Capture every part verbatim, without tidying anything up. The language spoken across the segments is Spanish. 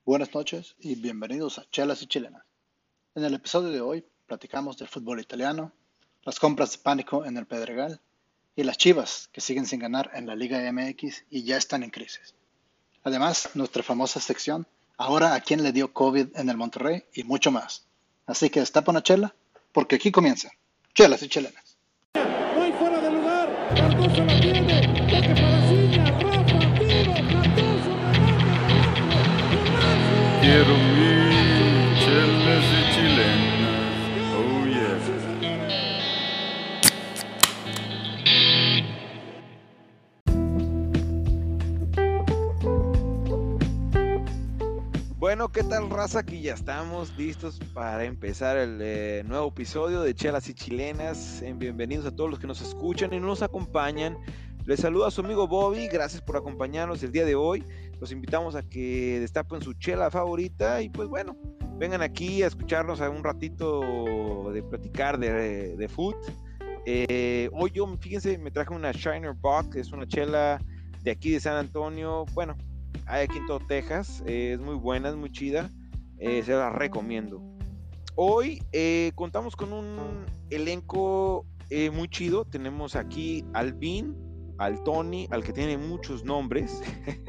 Buenas noches y bienvenidos a Chelas y Chilenas. En el episodio de hoy platicamos del fútbol italiano, las compras de pánico en el Pedregal y las Chivas que siguen sin ganar en la Liga M X y ya están en crisis. Además, nuestra famosa sección, ahora a quién le dio COVID en el Monterrey y mucho más. Así que destapa una chela porque aquí comienza Chelas y Chilenas. No hay fuera de lugar, Cardoso la tiene, toque para Ciña, Rafa, tiro, Cardoso, remate, Quiero mi chelas y chilenas. Oh yeah. Bueno, ¿qué tal, raza? Aquí ya estamos listos para empezar el eh, nuevo episodio de Chelas y Chilenas. Eh, bienvenidos a todos los que nos escuchan y nos acompañan. Les saluda a su amigo Bobby, gracias por acompañarnos el día de hoy. Los invitamos a que destapen su chela favorita y pues bueno, vengan aquí a escucharnos a un ratito de platicar de, de food. Eh, hoy yo, fíjense, me traje una Shiner Bock, es una chela de aquí de San Antonio, bueno, hay aquí en todo Texas, eh, es muy buena, es muy chida, eh, se la recomiendo. Hoy eh, contamos con un elenco eh, muy chido, tenemos aquí al Bean, al Tony, al que tiene muchos nombres,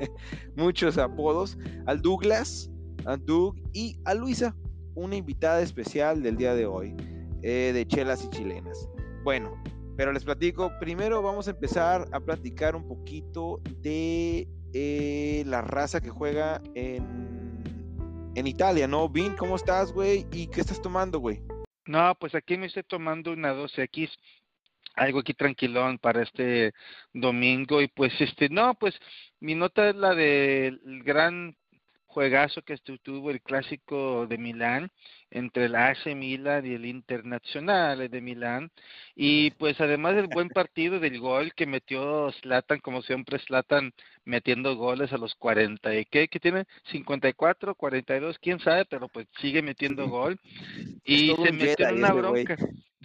muchos apodos, al Douglas, a Doug y a Luisa, una invitada especial del día de hoy, eh, de Chelas y Chilenas. Bueno, pero les platico, primero vamos a empezar a platicar un poquito de eh, la raza que juega en, en Italia, ¿no? Bean, ¿cómo estás, güey? ¿Y qué estás tomando, güey? No, pues aquí me estoy tomando una doce X, algo aquí tranquilón para este domingo. Y pues este, no, pues mi nota es la del gran juegazo que estu- tuvo el clásico de Milán entre el A C Milan y el Internazionale de Milán. Y pues además del buen partido, del gol que metió Zlatan, como siempre Zlatan metiendo goles a los cuarenta y qué, que tiene cincuenta y cuatro, cuarenta y dos, quién sabe, pero pues sigue metiendo gol Es y todo se un metió en Jedi una ese güey. bronca.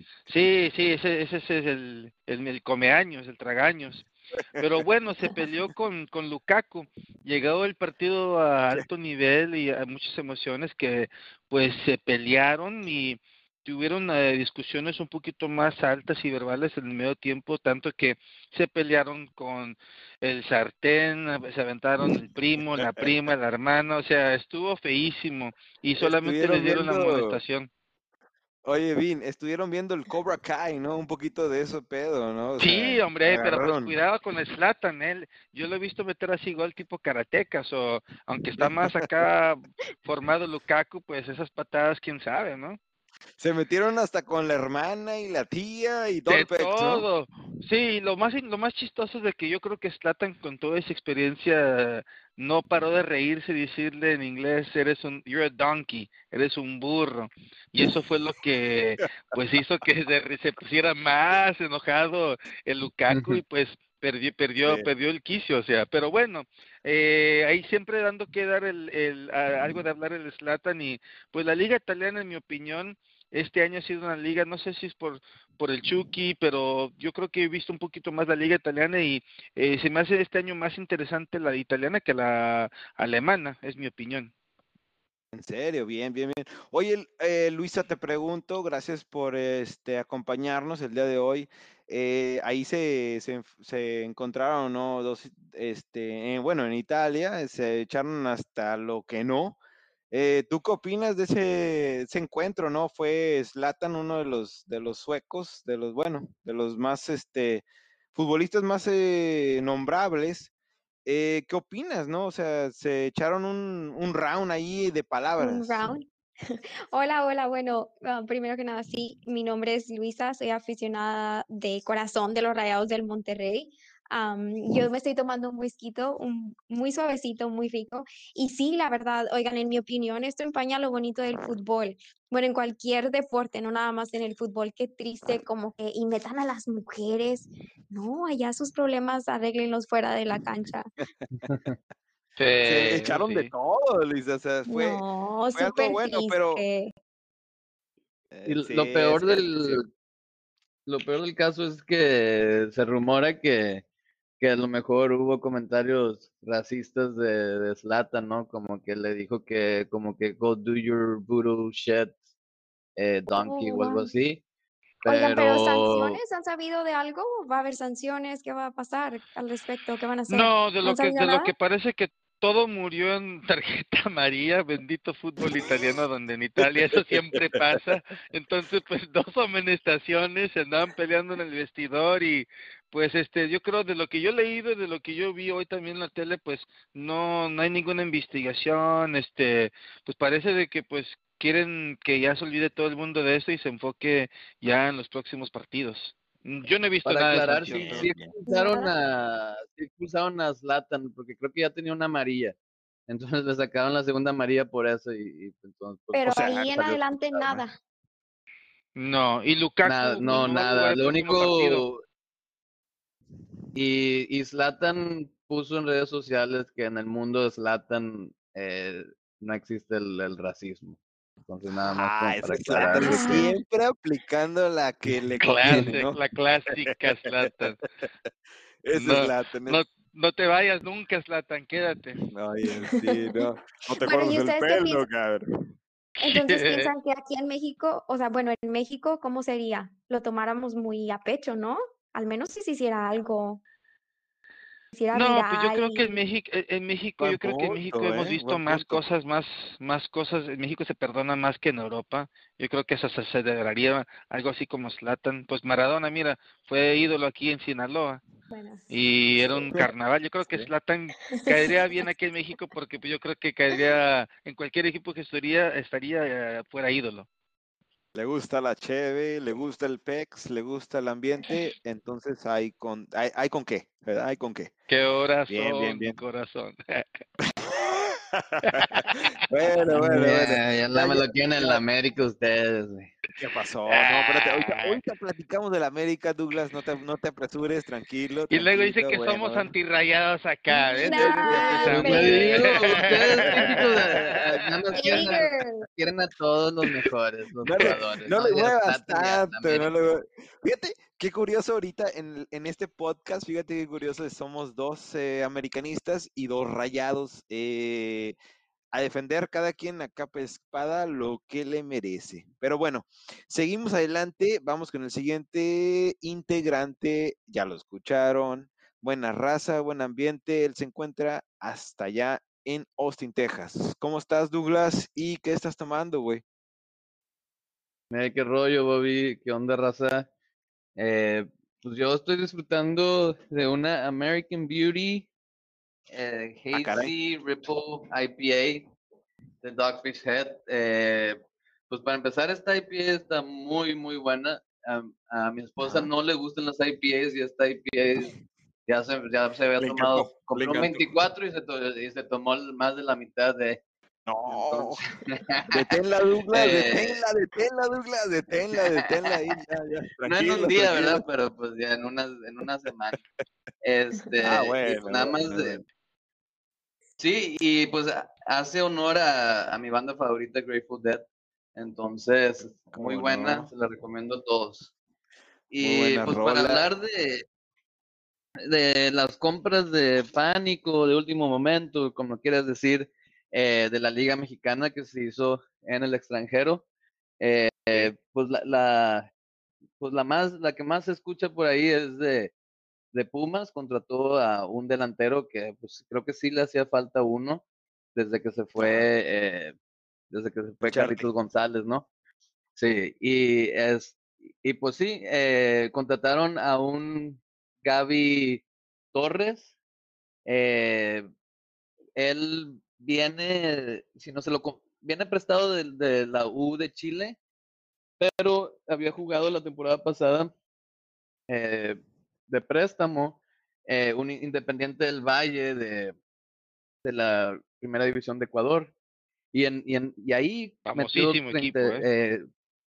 Sí, sí, ese, ese, ese es el, el, el comeaños, el tragaños. Pero bueno, se peleó con, con Lukaku. Llegó el partido a alto nivel y a muchas emociones que pues se pelearon y tuvieron eh, discusiones un poquito más altas y verbales en el medio tiempo, tanto que se pelearon con el sartén, se aventaron el primo, la prima, la hermana, o sea, estuvo feísimo y solamente les Estuvieron dieron la viendo, amonestación. oye, Vin, estuvieron viendo el Cobra Kai, ¿no? Un poquito de eso pedo, ¿no? O Sí, sea, hombre, pero pues agarraron. cuidado con el Zlatan, él, yo lo he visto meter así gol tipo karatecas, o aunque está más acá formado Lukaku, pues esas patadas, quién sabe, ¿no? Se metieron hasta con la hermana y la tía y todo De el pex, ¿no? todo. Sí, lo más lo más chistoso es de que yo creo que Zlatan con toda esa experiencia no paró de reírse y decirle en inglés, eres un, you're a donkey, eres un burro. Y eso fue lo que pues hizo que se, se pusiera más enojado el Lukaku y pues perdió perdió Sí. perdió el quicio, o sea, pero bueno, eh, ahí siempre dando que dar el, el a- algo de hablar el Zlatan. Y pues la liga italiana, en mi opinión, este año ha sido una liga, no sé si es por por el Chucky, pero yo creo que he visto un poquito más la liga italiana y eh, se me hace este año más interesante la italiana que la alemana, es mi opinión. En serio, bien, bien, bien. Oye, eh, Luisa, te pregunto, gracias por este acompañarnos el día de hoy. Eh, ahí se, se, enf- se encontraron, ¿no? Dos, este, eh, bueno, en Italia se echaron hasta lo que no. Eh, ¿tú qué opinas de ese, ese encuentro, no? Fue Zlatan uno de los de los suecos, de los, bueno, de los más este futbolistas más eh, nombrables. Eh, ¿qué opinas, no? O sea, se echaron un, un round ahí de Un palabras. round. Hola, hola. Bueno, ah, primero que nada, sí, mi nombre es Luisa, soy aficionada de corazón de los Rayados del Monterrey. Am, yo me estoy tomando un whisky, un, muy suavecito, muy rico. Y sí, la verdad, oigan, en mi opinión, esto empaña lo bonito del fútbol. Bueno, en cualquier deporte, no nada más en el fútbol, qué triste como que y metan a las mujeres. No, allá sus problemas arréglenlos fuera de la cancha. Se Sí, echaron de sí. todo, Luisa. O sea, fue, No, fue algo súper bueno, pero triste. eh, Y lo sí, es peor que sí. del, lo peor del caso es que se rumora que, que a lo mejor hubo comentarios racistas de, de Zlatan, ¿no? Como que le dijo que, como que go do your voodoo shit, eh, donkey Oh, o algo wow. así. Oigan, pero Pero ¿sanciones? ¿Han sabido de algo? ¿Va a haber sanciones? ¿Qué va a pasar al respecto? ¿Qué van a hacer? No, de ¿No lo han que sabido de lo nada? que parece que todo murió en tarjeta amarilla, bendito fútbol italiano, donde en Italia eso siempre pasa. Entonces, pues dos amonestaciones, se andaban peleando en el vestidor y pues este, yo creo de lo que yo he leído y de lo que yo vi hoy también en la tele, pues no no hay ninguna investigación, este, pues parece de que pues quieren que ya se olvide todo el mundo de eso y se enfoque ya en los próximos partidos. Yo no he visto para nada de aclarar, sanción, sí, pero sí Bien, bien. expulsaron ¿Nada? a, sí expulsaron a Zlatan, porque creo que ya tenía una amarilla. Entonces le sacaron la segunda amarilla por eso y, y entonces pues, O Pero sea, ahí en salió adelante expulsado, ¿no? nada. no. Y nada, Lukaku, pues no, no va a jugar nada. el Lo próximo partido. único, y, y Zlatan puso en redes sociales que en el mundo de Zlatan eh, no existe el, el racismo. Entonces nada más Ah, como ese para aclarar Zlatan de que Ah, siempre aplicando la que le conviene, Clase, ¿no? la clásica Zlatan. Ese No, Zlatan es... no, no te vayas nunca, Zlatan, quédate. Oye, sí, no. No te bueno, ¿y cortes el ustedes qué pelo, piensan? cabrón. Entonces piensan que aquí en México, o sea, bueno, en México, ¿cómo sería? Lo tomáramos muy a pecho, ¿no? Al menos si se hiciera algo, hiciera No, pues yo viral creo que en y México, en México, Buen yo creo que en México punto, hemos ¿eh? visto Buen más punto. cosas, más, más cosas. En México se perdona más que en Europa. Yo creo que eso se celebraría algo así como Zlatan. Pues Maradona, mira, fue ídolo aquí en Sinaloa. bueno, Y era un sí. carnaval. Yo creo que Sí. Zlatan caería bien aquí en México porque pues, yo creo que caería en cualquier equipo que estaría, estaría eh, fuera ídolo. Le gusta la cheve, le gusta el pex, le gusta el ambiente, entonces hay con, hay, hay con qué, ¿verdad? Hay con qué. Qué horas Bien, bien, son, mi bien. corazón. Bueno, bueno, bueno. ya, ya Ya, nada me ya, lo quieren en ya. la América ustedes, güey. ¿Qué pasó? No, espérate, ahorita, Ah, ahorita platicamos del América, Douglas, no te, no te apresures, tranquilo, y luego dice tranquilo, que bueno, somos bueno. antirrayados acá, ¿ves? No, Ya, ya- ya Pues empezamos. le hombre. digo, ustedes ¿eh? típicos, eh, nada más quieren a, Hater. quieren a todos los mejores, los No le, jugadores, no ¿no? le Y a muevas Zlatan y a la tanto, no le América. muevas. Fíjate, qué curioso ahorita en, en este podcast, fíjate qué curioso, somos dos eh, americanistas y dos rayados eh, a defender cada quien a capa y espada lo que le merece. Pero bueno, seguimos adelante, vamos con el siguiente integrante, ya lo escucharon, buena raza, buen ambiente, él se encuentra hasta allá en Austin, Texas. ¿Cómo estás, Douglas? ¿Y qué estás tomando, güey? Mira qué rollo, Bobby, qué onda, raza. Eh, pues yo estoy disfrutando de una American Beauty eh, Ah, caray. Hazy Ripple I P A de Dogfish Head. Eh, pues para empezar, esta I P A está muy, muy buena. A, a mi esposa Ajá. no le gustan las I P As y esta I P A ya se, ya se había Le encantó, tomado, le compró encantó. veinticuatro y se, to- y se tomó más de la mitad de. No, Entonces, deténla, Douglas, eh, deténla, deténla, Douglas, deténla, deténla ahí, ya, ya, no en un tranquilo, día, tranquilo. ¿verdad? Pero pues ya en una, en una semana. Ah, Este, y pues bueno, nada más bueno, de, bueno. sí, y pues ha- hace honor a, a mi banda favorita, Grateful Dead. Entonces, muy ¿Cómo buena, no? se la recomiendo a todos. Muy Y buena pues para rola. hablar de, de las compras de pánico de último momento, como quieras decir, eh, de la Liga Mexicana que se hizo en el extranjero, eh, Sí, pues la, la, pues la más, la que más se escucha por ahí es de, de Pumas, contrató a un delantero que pues creo que sí le hacía falta uno desde que se fue, ajá, eh, desde que se el fue Charlie. Carlitos González, ¿no? Sí, y es, y pues sí, eh, contrataron a un Gaby Torres. eh, Él viene, si no se lo, com- viene prestado de, de la U de Chile, pero había jugado la temporada pasada eh, de préstamo, eh, un Independiente del Valle de, de la Primera División de Ecuador. Y, en, y, en, y ahí metió Famosísimo treinta, equipo, ¿eh? eh,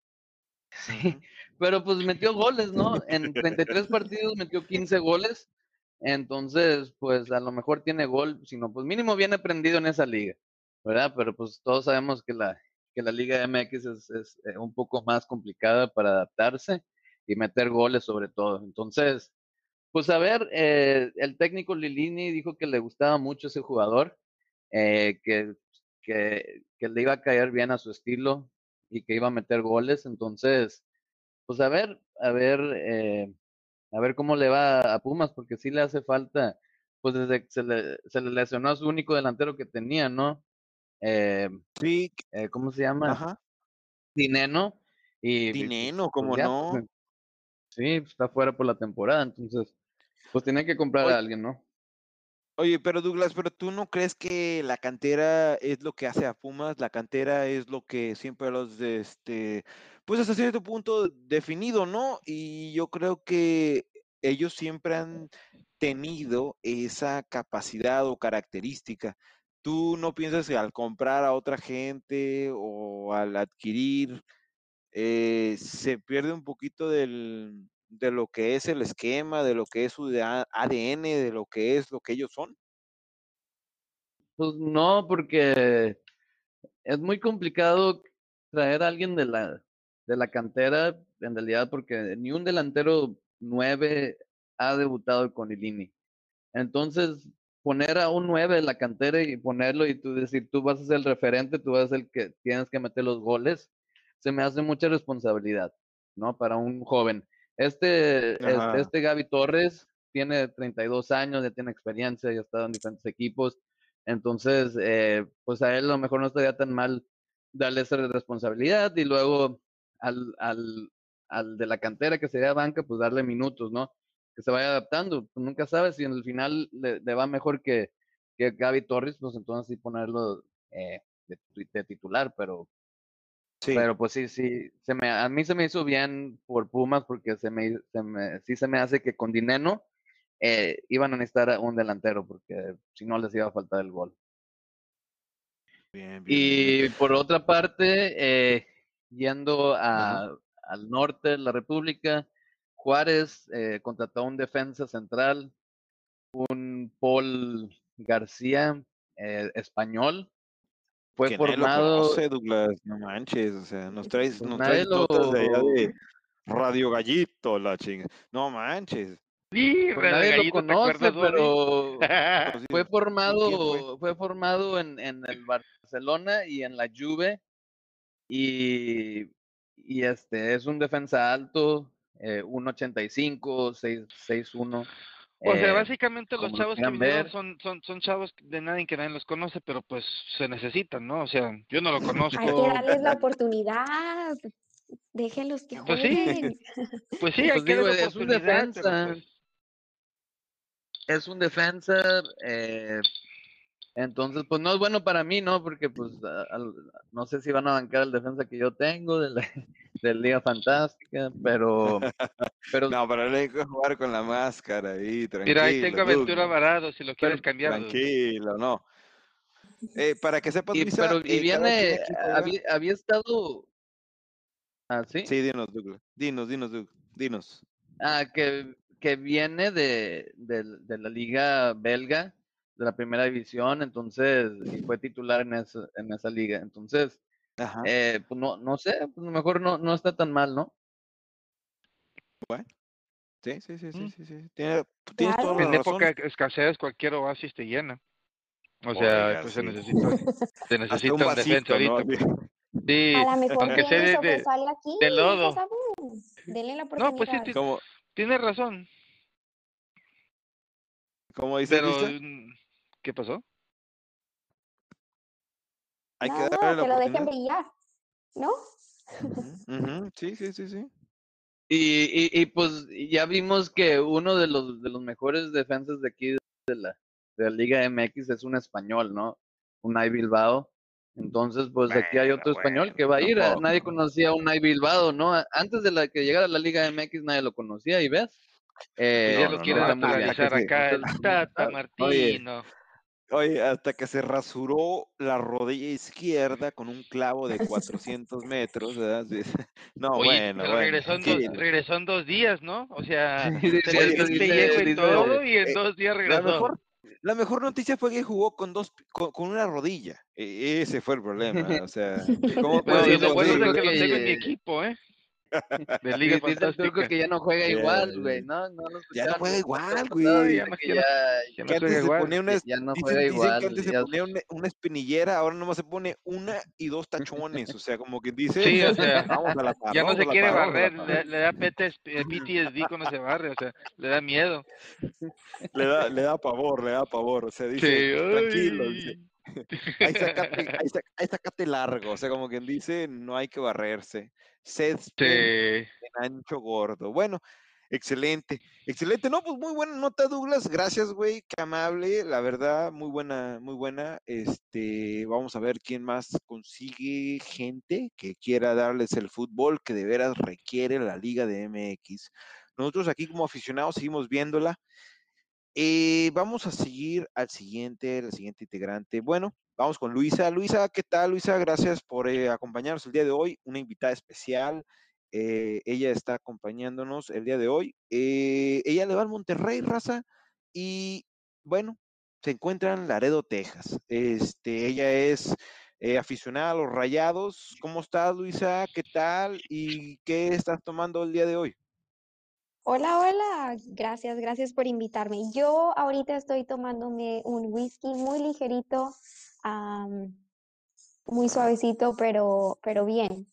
sí, Ujú. pero pues metió goles, ¿no? En treinta y tres partidos metió quince goles. Entonces, pues a lo mejor tiene gol, sino pues mínimo viene prendido en esa liga, ¿verdad? Pero pues todos sabemos que la, que la Liga M X es, es eh, un poco más complicada para adaptarse y meter goles sobre todo. Entonces, pues a ver, eh, el técnico Lilini dijo que le gustaba mucho ese jugador, eh, que, que, que le iba a caer bien a su estilo y que iba a meter goles. Entonces, pues a ver, a ver, eh, a ver cómo le va a Pumas, porque sí le hace falta, pues desde que se le, se le lesionó a su único delantero que tenía, ¿no? Eh, Sí, eh, ¿Cómo se llama? ajá. Dineno. Y, y, pues, Dineno, pues ¿cómo ya, pues, no? sí, pues, está fuera por la temporada, entonces, pues tiene que comprar Oye, a alguien, ¿no? oye, pero Douglas, ¿pero tú no crees que la cantera es lo que hace a Pumas? La cantera es lo que siempre los, este, pues hasta cierto punto definido, ¿no? Y yo creo que ellos siempre han tenido esa capacidad o característica. ¿Tú no piensas que al comprar a otra gente o al adquirir eh, se pierde un poquito del, de lo que es el esquema, de lo que es su A- ADN, de lo que es lo que ellos son? Pues no, porque es muy complicado traer a alguien de la, de la cantera, en realidad, porque ni un delantero nueve ha debutado con Lilini. Entonces, poner a un nueve de la cantera y ponerlo y tú decir, tú vas a ser el referente, tú vas a ser el que tienes que meter los goles, se me hace mucha responsabilidad, ¿no? Para un joven. Este, este, Ajá. este Gaby Torres tiene treinta y dos años, ya tiene experiencia, ya ha estado en diferentes equipos, entonces, eh, pues a él a lo mejor no estaría tan mal darle esa responsabilidad y luego al, al, al de la cantera que sería banca, pues darle minutos, ¿no? Que se vaya adaptando. Pues nunca sabes si en el final le, le va mejor que, que Gaby Torres, pues entonces sí ponerlo eh, de, de, titular, pero, Sí. pero pues sí, sí, se me, a mí se me hizo bien por Pumas porque se me, se me, sí se me hace que con Dineno eh, iban a necesitar un delantero porque si no les iba a faltar el gol. Bien, bien, bien, bien. Y por otra parte, eh, yendo Ajá. a, al norte de la República, Juárez eh, contrató a un defensa central, un Paul García, eh, español. Fue Que nadie lo formado, conoce, Douglas, no manches, o sea, nos traes, pues nos nadie traes lo, notas de allá de Radio Gallito, la chinga. No manches. Sí, pues Red nadie lo Gallito, ¿te conoce, acuerdas, Bobby? pero Pues, fue ¿quién, quién fue? formado, fue formado en, en el Barcelona y en la Juve y, y este es un defensa alto, eh, uno ochenta y cinco, seis uno, O sea, eh, básicamente los como lo chavos que quieran vinieron ver. son, son, son chavos de nadie que nadie los conoce, pero pues se necesitan, ¿no? O sea, yo no lo Hay que conozco. darles la oportunidad. Déjenlos que Pues sí, jueguen. pues sí, hay Pues que digo, darle es un oportunidad, pero defensa, pues, es un defensa, eh, entonces, pues no es bueno para mí, ¿no? Porque pues a- al- no sé si van a bancar el defensa que yo tengo de la, de Liga Fantástica, pero, pero, No, pero hay que jugar con la máscara ahí, mira, ahí tengo tranquilo, Aventura Douglas. Varado, si lo quieres pero, cambiar, dude. Tranquilo, no. Eh, para que sepas, y, Luisa, pero, y eh, cada quien viene, aquí juega. había, había estado, así, Sí, dinos, Douglas. Dinos, dinos, Douglas. Dinos. ah, que, que viene de, de, de la Liga Belga, de la primera división, entonces, y fue titular en esa, en esa liga, entonces, Ajá. eh, pues no, no sé, pues a lo mejor no, no está tan mal, ¿no? Bueno. Sí, sí, sí, sí, Mm. sí, sí. Tiene- tienes toda Claro. la En razón. época de escasez, cualquier oasis te llena. O sea, Oiga, pues se sí. necesita, se Hasta necesita un un defensa vasito, ¿no? ahorita. Así. A Sí, lo mejor aunque sea viene y de, de, sobresale aquí, de nunca lodo. sabemos. Denle la No, pues sí, oportunidad. ti- ¿Cómo, tienes razón. cómo dices, Pero, Luisa? mm, ¿qué pasó? Hay que No, darle no, la que lo dejen oportunidad. brillar, ¿no? Ujú, ujú. Sí, sí, sí, sí. Y, y, y pues ya vimos que uno de los, de los mejores defensas de aquí de la, de la Liga M X es un español, ¿no? Unai Bilbao. Entonces, pues aquí hay Bueno, otro español bueno, que va a ir. a- Nadie tampoco. conocía a Unai Bilbao, ¿no? A- Antes de la que llegara a la Liga M X nadie lo conocía y ves, Pues ya eh, No, lo no, le no. quieren va muy bien. Hasta que naturalizar se, acá, Entonces, el pues, nunca Tata sabes. oye, Martino. oye, hasta que se rasuró la rodilla izquierda con un clavo de cuatrocientos metros, ¿verdad? Sí. No, Oye, bueno, pero bueno, regresó en dos, tranquilo. regresó en dos días, ¿no? O sea, Sí, es se le Oye, vio cierto, el dice, pellejo y no, dice, todo, y en eh, dos días la regresó. mejor, la mejor noticia fue que jugó con dos, con, con una rodilla. E- ese fue el problema. O sea, ¿cómo pues puede Bueno, sí, y ser lo yo, bueno yo es de creo posible? que lo tengo en mi que equipo, ¿eh? De Liga Dice el Turco Fantástica. que ya no juega Yeah, igual, güey. yeah. No, no, no Ya no escucharon juega el podcast igual, pasado. No, güey. ya Dice no, que ya no, ya, ya no Que juega antes se igual. ponía una, ya, ya no dicen, juega dicen que igual. antes se ya- ponía una, una espinillera, ahora nomás se pone una y dos tachones. O sea, como que dice, Sí, o sea, vamos a la par, ya no vamos se a la quiere par, vamos a la barrer, par. le, le da P T S D cuando se barre, o sea, le da miedo. Le da, le da pavor, le da pavor. O sea, Sí, dice, tranquilo, dice, ay. ahí sacate, ahí, sac- ahí sacate largo. O sea, como quien dice, no hay que barrerse. Césped Sí. en ancho gordo. Bueno, excelente, excelente. No, pues muy buena nota, Douglas. Gracias, güey, qué amable. La verdad, muy buena, muy buena. Este, vamos a ver quién más consigue gente que quiera darles el fútbol que de veras requiere la Liga de M X. Nosotros aquí como aficionados seguimos viéndola. Eh, vamos a seguir al siguiente, la siguiente integrante. Bueno, vamos con Luisa. Luisa, ¿qué tal, Luisa? Gracias por eh, acompañarnos el día de hoy. Una invitada especial. Eh, ella está acompañándonos el día de hoy. Eh, ella le va al Monterrey, raza. Y bueno, se encuentra en Laredo, Texas. Este, ella es eh, aficionada a los Rayados. ¿Cómo estás, Luisa? ¿Qué tal? ¿Y qué estás tomando el día de hoy? Hola, hola, gracias, gracias por invitarme. Yo ahorita estoy tomándome un whisky muy ligerito, am, muy suavecito, pero, pero bien.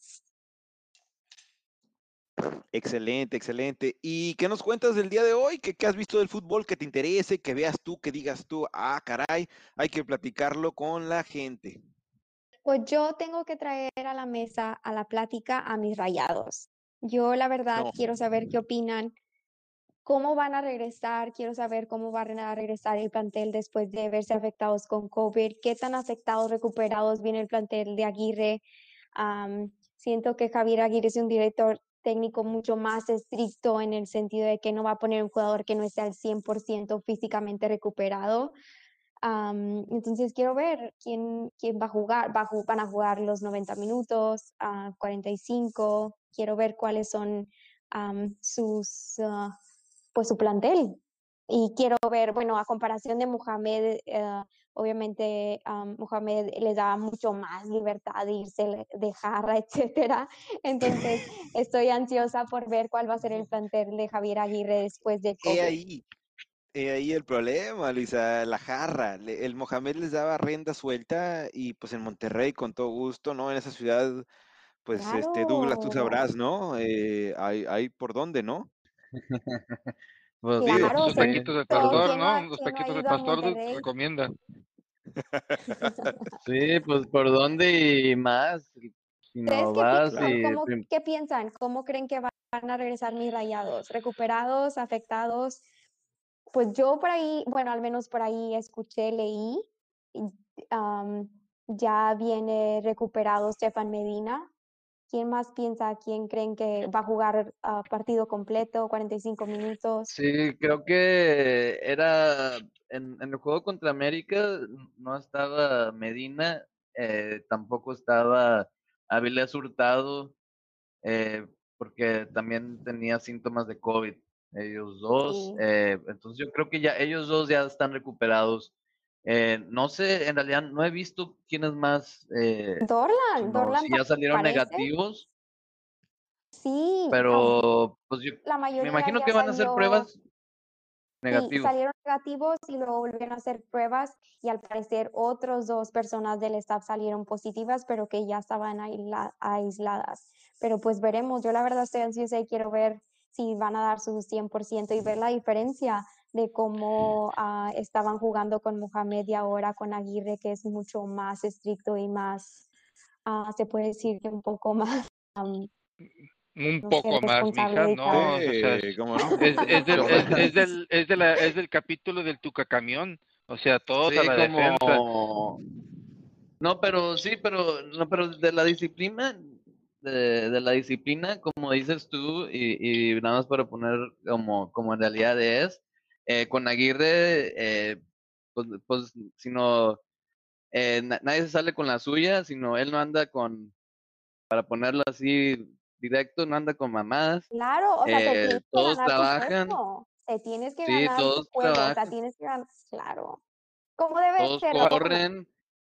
Excelente, excelente. ¿Y qué nos cuentas del día de hoy? ¿Qué, qué has visto del fútbol que te interese, que veas tú, que digas tú, ah, caray, hay que platicarlo con la gente? Pues yo tengo que traer a la mesa, a la plática, a mis rayados. Yo, la verdad, No, quiero saber qué opinan, cómo van a regresar, quiero saber cómo van a regresar el plantel después de verse afectados con COVID, qué tan afectados, recuperados viene el plantel de Aguirre. Am, siento que Javier Aguirre es un director técnico mucho más estricto en el sentido de que no va a poner un jugador que no esté al cien por ciento físicamente recuperado. Am, entonces quiero ver quién, quién va a jugar, va a ju- van a jugar los noventa minutos, a cuarenta y cinco, quiero ver cuáles son am, sus, ah, pues su plantel. Y quiero ver, bueno, a comparación de Mohamed, eh, obviamente am, Mohamed les daba mucho más libertad de irse le- de jarra, etcétera. Entonces estoy ansiosa por ver cuál va a ser el plantel de Javier Aguirre después de he COVID. ahí, he ahí el problema, Luisa, la jarra. Le- el Mohamed les daba rienda suelta y pues en Monterrey con todo gusto, ¿no? En esa ciudad, pues este, Douglas, tú Claro, sabrás, ¿no? Eh, hay, hay por dónde, ¿no? Pues Sí, claro, sus sí. se- taquitos del todo, pastor, ¿quién no ¿no? ha, Los quién no ha taquitos del ido a pastor du- Monterrey? recomienda. Sí, pues por dónde y más. Si ¿Ustedes no qué vas piensan? Claro. y ¿Cómo, prim- qué piensan? ¿Cómo creen que van a regresar mis rayados? ¿Recuperados, afectados? Pues yo por ahí, bueno, al menos por ahí escuché, leí, y, am, ya viene recuperado Stefan Medina. ¿Quién más piensa? ¿Quién creen que va a jugar ah, partido completo, cuarenta y cinco minutos? sí, creo que era en, en el juego contra América, no estaba Medina, eh, tampoco estaba Avilés Hurtado, eh, porque también tenía síntomas de COVID, ellos dos. Sí. Eh, entonces yo creo que ya ellos dos ya están recuperados. Eh, no sé, en realidad no he visto quiénes más, eh, si, Dorlan, no, Dorlan si pa- ya salieron parece. negativos, Sí, ah, pero pues yo la me mayoría imagino ya que van a hacer salió. pruebas Sí, negativos. salieron negativos y luego volvieron a hacer pruebas y al parecer otros dos personas del staff salieron positivas, pero que ya estaban aisla- aisladas. Pero pues veremos, yo la verdad estoy ansiosa y quiero ver si van a dar su cien por ciento y ver la diferencia de cómo ah, estaban jugando con Mohamed y ahora con Aguirre, que es mucho más estricto y más, ah, se puede decir que un poco más, am, Un no sé, poco más, mija, responsabilidad. no, o sea, Sí, es, cómo no. es, es del, Mucho es, más. es del, es de la, es del capítulo del Tucacamión, o sea, todos a Sí, la defensa. como no, pero sí, pero no, pero de la disciplina, de, de la disciplina, como dices tú, y, y nada más para poner como, como en realidad es, eh, con Aguirre, eh, pues, pues sino eh, na- nadie se sale con la suya, sino él no anda con, para ponerlo así directo, no anda con mamadas, Claro, o sea, te eh, tienes que todos ganar tu trabajan, puesto, te tienes que sí, ganar tu todos juego, o sea, trabajan, tienes que ganar, claro, como debe todos ser, o como, corren.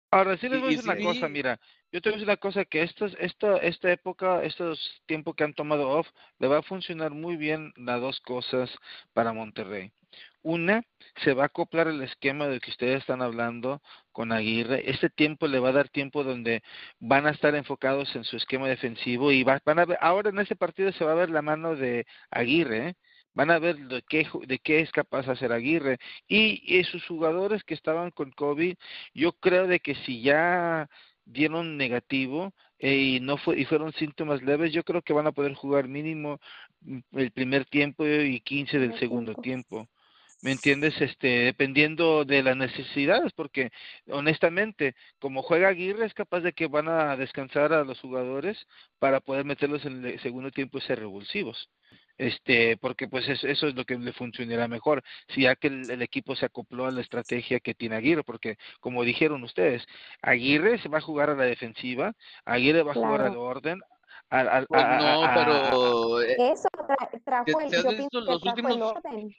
Ahora sí les Y, voy a y decir sí una cosa, vi, mira, yo te voy a decir una cosa, que estos, esta, esta época, estos tiempos que han tomado off, le va a funcionar muy bien las dos cosas para Monterrey. Una, se va a acoplar el esquema del que ustedes están hablando con Aguirre. Este tiempo le va a dar tiempo donde van a estar enfocados en su esquema defensivo y va- van a ver, ahora en este partido se va a ver la mano de Aguirre, ¿eh? Van a ver de qué, ju- de qué es capaz de hacer Aguirre. Y, y sus jugadores que estaban con COVID, yo creo de que si ya dieron negativo eh, y no fue y fueron síntomas leves, yo creo que van a poder jugar mínimo mm, el primer tiempo y quince del Primer segundo tiempo. tiempo. ¿Me entiendes? Este, dependiendo de las necesidades, porque honestamente, como juega Aguirre, es capaz de que van a descansar a los jugadores para poder meterlos en el segundo tiempo y ser revulsivos. Este, porque pues eso, eso es lo que le funcionará mejor, si ya que el, el equipo se acopló a la estrategia que tiene Aguirre, porque como dijeron ustedes, Aguirre se va a jugar a la defensiva, Aguirre va a jugar al Claro. orden, al, al, pues a, a, no, a, a, pero eh, Eso tra- si, trajo el, si has yo pienso visto que los trajo el últimos, orden.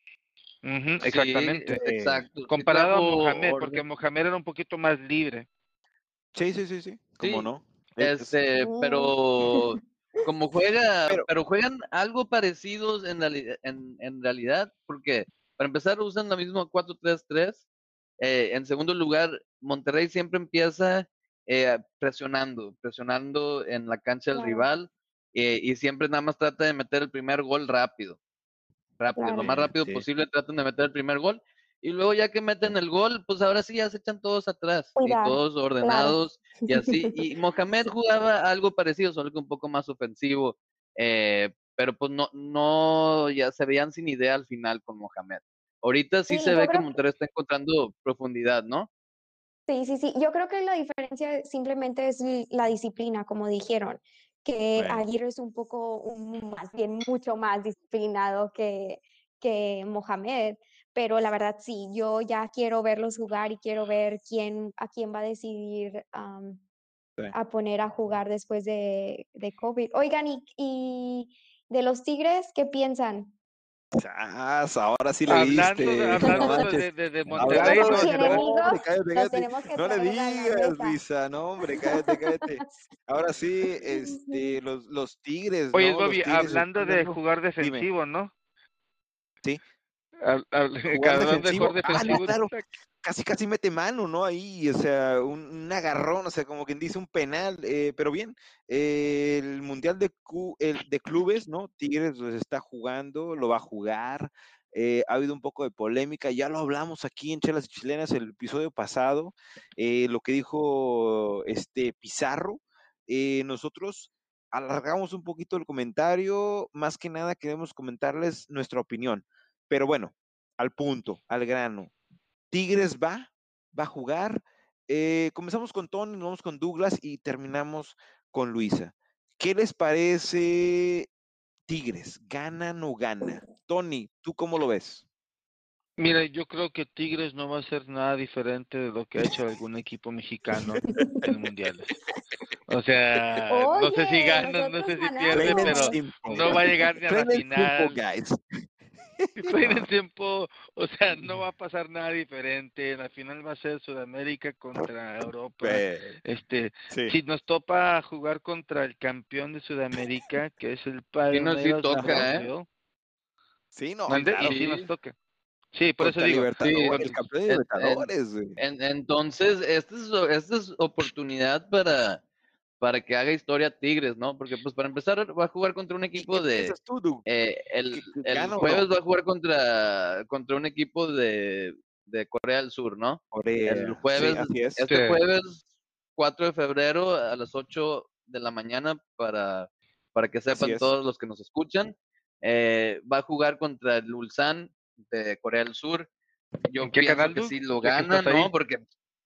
Ujú, sí, exactamente. Eh, exacto, sí Comparado trajo a Mohamed, porque orden. Mohamed era un poquito más libre. sí, sí, sí, sí, cómo Sí, no. Eh, es- este, Mm. pero como juega, pero, pero juegan algo parecidos en, reali- en, en realidad, porque para empezar usan la misma cuatro tres tres. Eh, en segundo lugar, Monterrey siempre empieza eh, presionando, presionando en la cancha del Claro, rival eh, y siempre nada más trata de meter el primer gol rápido. Rápido, lo claro. más eh, rápido sí, posible tratan de meter el primer gol y luego ya que sí. meten el gol, pues ahora sí ya se echan todos atrás y Cuidar, todos claro. ordenados y así. Y Mohamed Sí. jugaba algo parecido, solo que un poco más ofensivo, eh, pero pues no, no, ya se veían sin idea al final con Mohamed. Ahorita sí Sí, se yo ve que creo que Monterrey está encontrando profundidad, ¿no? sí, sí, sí. Yo creo que la diferencia simplemente es l- la disciplina, como dijeron, que Eh, Aguirre es un poco, un- más bien mucho más disciplinado que, que Mohamed, pero la verdad sí, yo ya quiero verlos jugar y quiero ver quién, a quién va a decidir am, sí. a poner a jugar después de, de COVID. Oigan, y, y de los Tigres, ¿qué piensan? Sas, ahora sí le Hablando de, diste, no hablando de, manches. de, de- de Monterrey, Hablando no, de, si no, no, hombre, Archienemigos, cállate, nos cállate. tenemos que No le traer a la digas, mesa. Luisa, no, hombre, cállate, cállate. Ahora sí, este, los, los Tigres, oye, ¿no? Los Bobby, Tigres hablando están de dando, jugar dime, defensivo, ¿no? ¿sí? Hab- hab- Jugar Hablando de jugar defensivo, ah, no, defensivo, claro, casi, casi mete mano, ¿no? Ahí, o sea, un, un agarrón, o sea, como quien dice un penal, eh, pero bien, eh, el Mundial de, cu- el, de Clubes, ¿no? Tigres los está jugando, lo va a jugar, eh, ha habido un poco de polémica, ya lo hablamos aquí en Chelas y Chilenas el episodio pasado, eh, lo que dijo este Pizarro, eh, nosotros alargamos un poquito el comentario, más que nada queremos comentarles nuestra opinión. Pero bueno, al punto, al grano. Tigres va, va a jugar. Eh, comenzamos con Tony, nos vamos con Douglas y terminamos con Luisa. ¿Qué les parece Tigres? ¿Gana o no gana? Tony, ¿tú cómo lo ves? mira, yo creo que Tigres no va a ser nada diferente de lo que ha hecho algún equipo mexicano en mundiales. O sea, no sé si Oye, gana, no nosotros sé si pierde, Plain and pero ganamos. simple. no va a llegar ni a la Plain and simple, final. guys. Plain and simple, o sea, no va a pasar nada diferente. La final va a ser Sudamérica contra Europa. Eh, Este, sí. si nos topa jugar contra el campeón de Sudamérica, que es el Sí, no, sí Palmeiras de toca, ¿eh? Brasil, Sí, no, Sí, mande, y claro. sí nos sí, toca. Sí, por eso Contra digo, sí. Libertadores, el contra- campeón de En- en- Libertadores, güey. en- entonces, esta es, esta es oportunidad para, para que haga historia Tigres, ¿no? Porque, pues, para empezar, va a jugar contra un ¿Y equipo qué de. piensas tú, Doug? eh, el, ¿Que- que el ¿Gana o no? jueves va a jugar contra, contra un equipo de, de Corea del Sur, ¿no? El Corea. Sí, jueves, así es. sí. este jueves, cuatro de febrero a las ocho de la mañana, para, para que Así sepan es. todos los que nos escuchan. Eh, va a jugar contra el Ulsan de Corea del Sur. ¿En Yo qué pienso canal, que Doug? sí lo Ya que gana, estás ¿no? ahí. Porque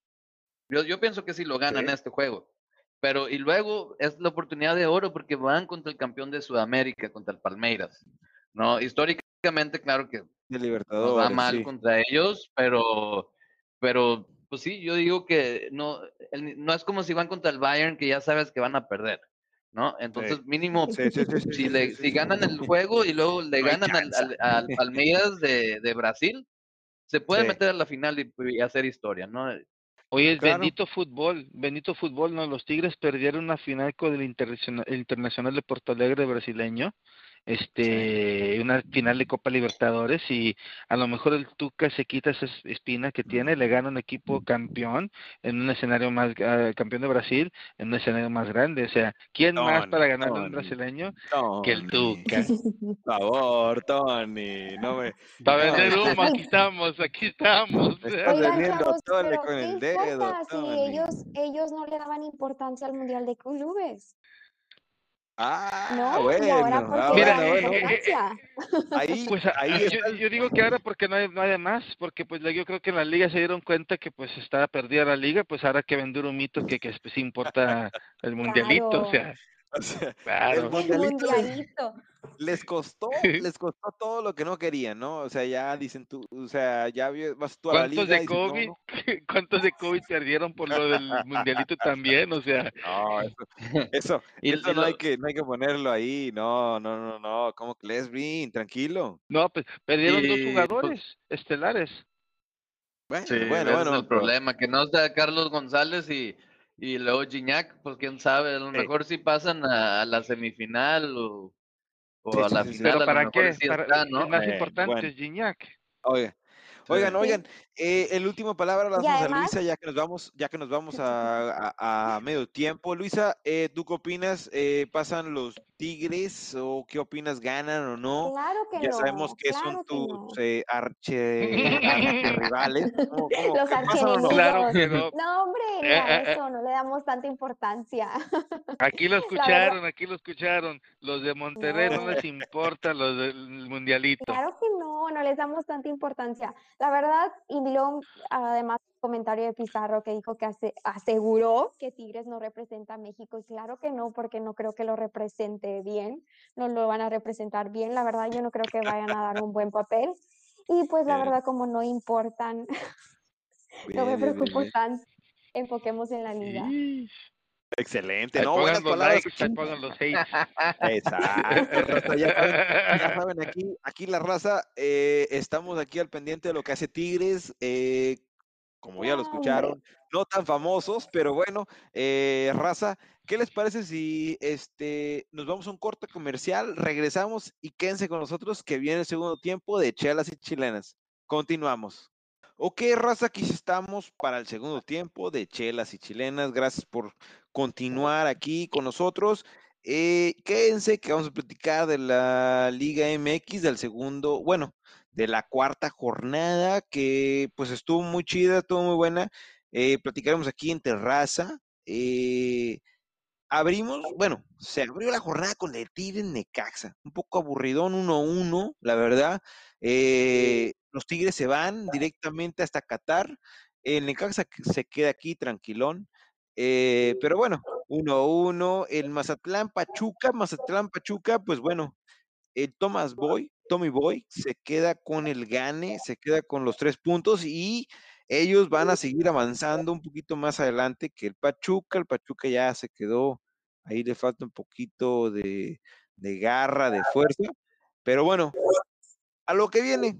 yo, yo pienso que sí lo ganan Sí. este juego. Pero, y luego es la oportunidad de oro porque van contra el campeón de Sudamérica, contra el Palmeiras, ¿no? Históricamente, claro que De nos va Libertadores, mal sí. contra ellos, pero, pero, pues sí, yo digo que no, el- no es como si van contra el Bayern, que ya sabes que van a perder, ¿no? Sí. Entonces, mínimo, Sí, sí, sí, sí, si, sí, sí, le, sí, si sí. ganan el juego y luego le No hay ganan al, chance. al, al Palmeiras de, de Brasil, se puede Sí. meter a la final y, y hacer historia, ¿no? Oye, Claro. bendito fútbol, bendito fútbol, ¿no? Los Tigres perdieron una final con el Internacional, el Internacional de Porto Alegre brasileño, este, una final de Copa Libertadores, y a lo mejor el Tuca se quita esa es- espina que tiene, le gana un equipo campeón en un escenario más, ah, campeón de Brasil, en un escenario más grande. O sea, ¿quién más para Tony, ganarle a un Tony, brasileño que el Tony. Tuca? Por favor, Tony, no me, Para no me vender estés, humo, aquí estamos, aquí estamos. me estás Oigan, vendiendo chavos, tole pero con ¿qué el dedo, importa si Tony. ellos, ellos no le daban importancia al Mundial de Clubes? Ah, ¿No? Y ahora, bueno, ¿por ah, qué le Mira, dan bueno, bueno. eh, eh, eh, importancia? Ahí, pues a- ahí a- yo, está el- yo digo que ahora porque no hay, no hay de más, porque pues la- yo creo que en la liga se dieron cuenta que pues estaba perdida la liga, pues ahora que vender un mito que, que pues, sí importa el mundialito, o Claro, sea, o sea, el claro. el mundialito les, mundialito. les costó, les costó todo lo que no querían, ¿no? O sea, ya dicen tú, o sea, ya vi- vas tú a la ¿Cuántos liga de y dices, no, COVID, no, cuántos de COVID perdieron por lo del mundialito también? O sea, no, eso, eso, Y, eso y no hay lo, que, no hay que ponerlo ahí, no, no, no, no, ¿cómo que Lesbrin? Tranquilo. no, pues perdieron dos y pues jugadores estelares. sí, Bueno, bueno, ese es bueno, el pero problema, que no está Carlos González y, y luego Gignac, pues quién sabe, a lo eh, mejor si pasan a, a la semifinal o, o sí, a sí, la sí, sí. final, ¿Pero a lo para mejor qué? sí Para, está, el ¿no? más Eh, importante bueno, es Gignac. oigan, Sí. oigan, Sí. oigan, eh, el último palabra la Y damos a además, Luisa, ya que nos vamos, ya que nos vamos a, a- a medio tiempo. Luisa, eh, ¿tú qué opinas? Eh, ¿pasan los Tigres o qué opinas? ¿Ganan o no? claro que Ya sabemos no, que son claro que tus no. eh, arche, archirrivales. ¿Cómo, cómo, Los qué pasan o no? Claro archienemigos. que no. No, hombre, Eh, ni a eh, eh, eso, no le damos tanta importancia. Aquí lo La verdad, escucharon, aquí lo escucharon. Los de Monterrey no no, les importa los del mundialito. claro que no, no les damos tanta importancia. La verdad, y luego, además, el comentario de Pizarro que dijo que ase- aseguró que Tigres no representa a México, y claro que no, porque no creo que lo represente bien, no lo van a representar bien. La verdad, yo no creo que vayan a dar un buen papel. Y pues la Bien, verdad, como no importan, no me bien, bien, bien, preocupo bien. tanto. Enfoquemos en la liga. Y Excelente, ahí no, buenas pongan los palabras likes, ahí aquí. pongan los hates. Exacto, raza, ya saben, ya saben, aquí, aquí la raza, eh, estamos aquí al pendiente de lo que hace Tigres, eh, como ya lo No, hombre. escucharon, no tan famosos, pero bueno, eh, raza, ¿qué les parece si este, nos vamos a un corte comercial, regresamos y quédense con nosotros que viene el segundo tiempo de Chelas y Chilenas? Continuamos. Ok, raza, aquí estamos para el segundo tiempo de Chelas y Chilenas. Gracias por continuar aquí con nosotros. Eh, quédense que vamos a platicar de la Liga M X del segundo, bueno, de la cuarta jornada, que pues estuvo muy chida, estuvo muy buena. Eh, platicaremos aquí en terraza. Eh, abrimos, bueno, se abrió la jornada con el Tigres Necaxa, un poco aburridón, uno uno, la verdad. Eh, los Tigres se van directamente hasta Qatar, el Necaxa se queda aquí tranquilón, eh, pero bueno, uno uno, el Mazatlán Pachuca, Mazatlán Pachuca, pues bueno, el Thomas Boy, Tommy Boy, se queda con el gane, se queda con los tres puntos y ellos van a seguir avanzando un poquito más adelante que el Pachuca. El Pachuca ya se quedó, ahí le falta un poquito de, de garra, de fuerza. Pero bueno, a lo que viene,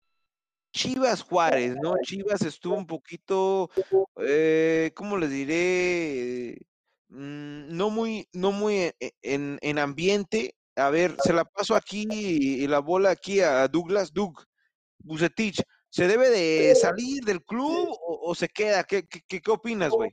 Chivas Juárez, ¿no? Chivas estuvo un poquito, eh, ¿cómo les diré? Mm, no muy, no muy e- e- en, en ambiente. A ver, se la paso aquí y, y la bola aquí a Douglas, Doug, Bucetich. ¿Se debe de salir del club o, o se queda? ¿Qué, qué, qué- qué opinas, güey?